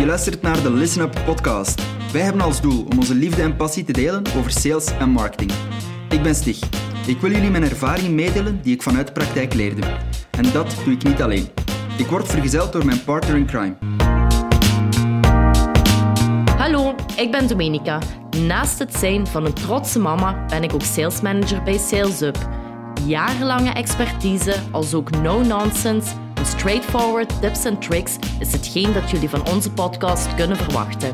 Je luistert naar de Listen Up podcast. Wij hebben als doel om onze liefde en passie te delen over sales en marketing. Ik ben Stig. Ik wil jullie mijn ervaring meedelen die ik vanuit de praktijk leerde. En dat doe ik niet alleen. Ik word vergezeld door mijn partner in crime. Hallo, ik ben Domenica. Naast het zijn van een trotse mama ben ik ook salesmanager bij SalesUp. Jarenlange expertise, als ook no-nonsense en straightforward tips en tricks is hetgeen dat jullie van onze podcast kunnen verwachten.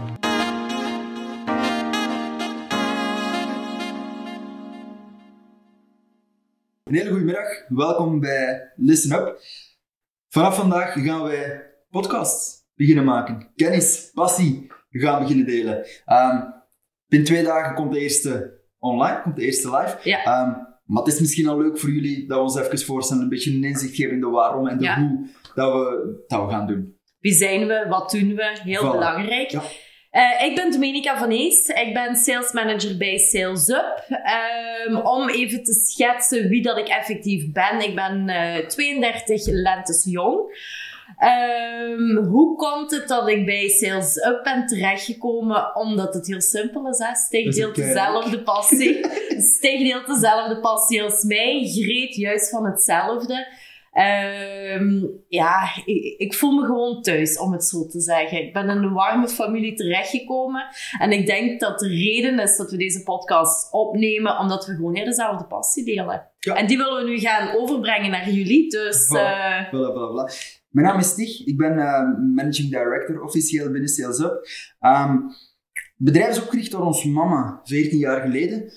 Een hele goede middag. Welkom bij Listen Up. Vanaf vandaag gaan wij podcasts beginnen maken. Kennis, passie gaan beginnen delen. Binnen 2 dagen komt de eerste online, komt de eerste live. Ja. Maar het is misschien al leuk voor jullie dat we ons even voorstellen, een beetje een inzicht geven in de waarom en de hoe dat we gaan doen. Wie zijn we? Wat doen we? Heel belangrijk. Ja. Ik ben Domenica van Ees. Ik ben salesmanager bij SalesUp. Om even te schetsen wie dat ik effectief ben. Ik ben 32 lentes jong. Hoe komt het dat ik bij SalesUp ben terechtgekomen? Omdat het heel simpel is. Hè? Stig deelt dezelfde passie. Stig deelt dezelfde passie als mij. Greet juist van hetzelfde. Ik voel me gewoon thuis, om het zo te zeggen. Ik ben in een warme familie terechtgekomen. En ik denk dat de reden is dat we deze podcast opnemen, omdat we gewoon heel dezelfde passie delen. Ja. En die willen we nu gaan overbrengen naar jullie. Dus, Voilà. Mijn naam is Stig. Ik ben managing director officieel binnen SalesUp. Het bedrijf is opgericht door onze mama 14 jaar geleden.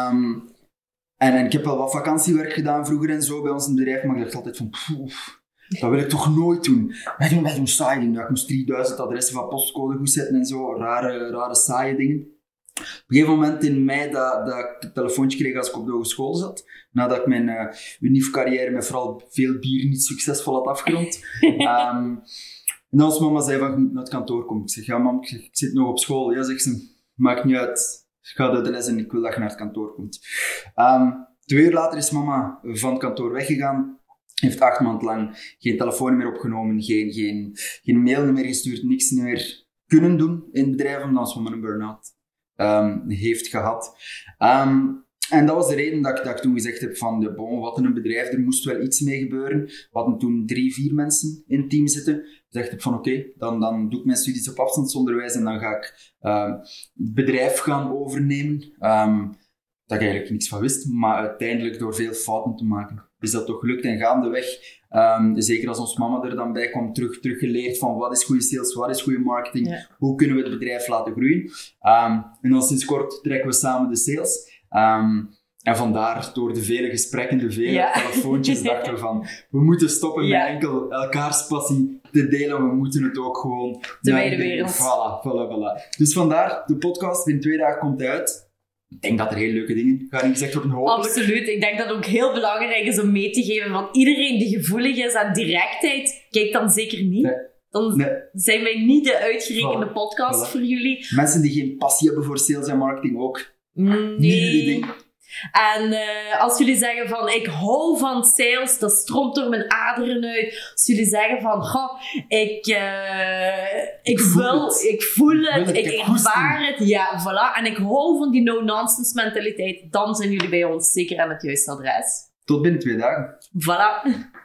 En ik heb wel wat vakantiewerk gedaan vroeger en zo bij ons in het bedrijf, maar ik dacht altijd van, dat wil ik toch nooit doen. Wij doen saaie dingen. Ik moest 3000 adressen van postcode goed zetten en zo, rare saaie dingen. Op een gegeven moment in mei dat ik een telefoontje kreeg als ik op de hogeschool zat, nadat ik mijn unief-carrière met vooral veel bier niet succesvol had afgerond. En dan onze mama zei van, je moet naar het kantoor komen. Ik zeg, ja mam, ik zit nog op school. Ja, zegt ze, maakt niet uit. Ik ga uit de les en ik wil dat je naar het kantoor komt. 2 uur later is mama van het kantoor weggegaan. Heeft 8 maanden lang geen telefoon meer opgenomen, geen mail meer gestuurd, niks meer kunnen doen in het bedrijf, omdat ze mama een burn-out heeft gehad. En dat was de reden dat ik toen gezegd heb van, wat een bedrijf, er moest wel iets mee gebeuren. We hadden toen 3-4 mensen in het team zitten. Ik dacht van oké, dan doe ik mijn studies op afstandsonderwijs en dan ga ik het bedrijf gaan overnemen. Dat ik eigenlijk niks van wist, maar uiteindelijk door veel fouten te maken is dat toch gelukt. En gaandeweg, zeker als ons mama er dan bij kwam, terug geleerd van wat is goede sales, wat is goede marketing, hoe kunnen we het bedrijf laten groeien. En dan sinds kort trekken we samen de sales. En vandaar, door de vele gesprekken, de vele telefoontjes, dachten we van, we moeten stoppen met enkel elkaars passie te delen, we moeten het ook gewoon de wijde wereld. Voilà. Dus vandaar, de podcast in 2 dagen komt uit. Ik denk dat er heel leuke dingen gaan gezegd worden, hopelijk. Absoluut. Ik denk dat het ook heel belangrijk is om mee te geven van iedereen die gevoelig is aan directheid, kijk dan zeker niet. Nee. Dan zijn wij niet de uitgerekende podcast voor jullie. Mensen die geen passie hebben voor sales en marketing ook. Nee. Niet jullie ding. En als jullie zeggen van, ik hou van sales, dat stroomt door mijn aderen uit. Als jullie zeggen van, ik voel het, ik ervaar het. Ja, voilà. En ik hou van die no-nonsense mentaliteit. Dan zijn jullie bij ons zeker aan het juiste adres. Tot binnen 2 dagen. Voilà.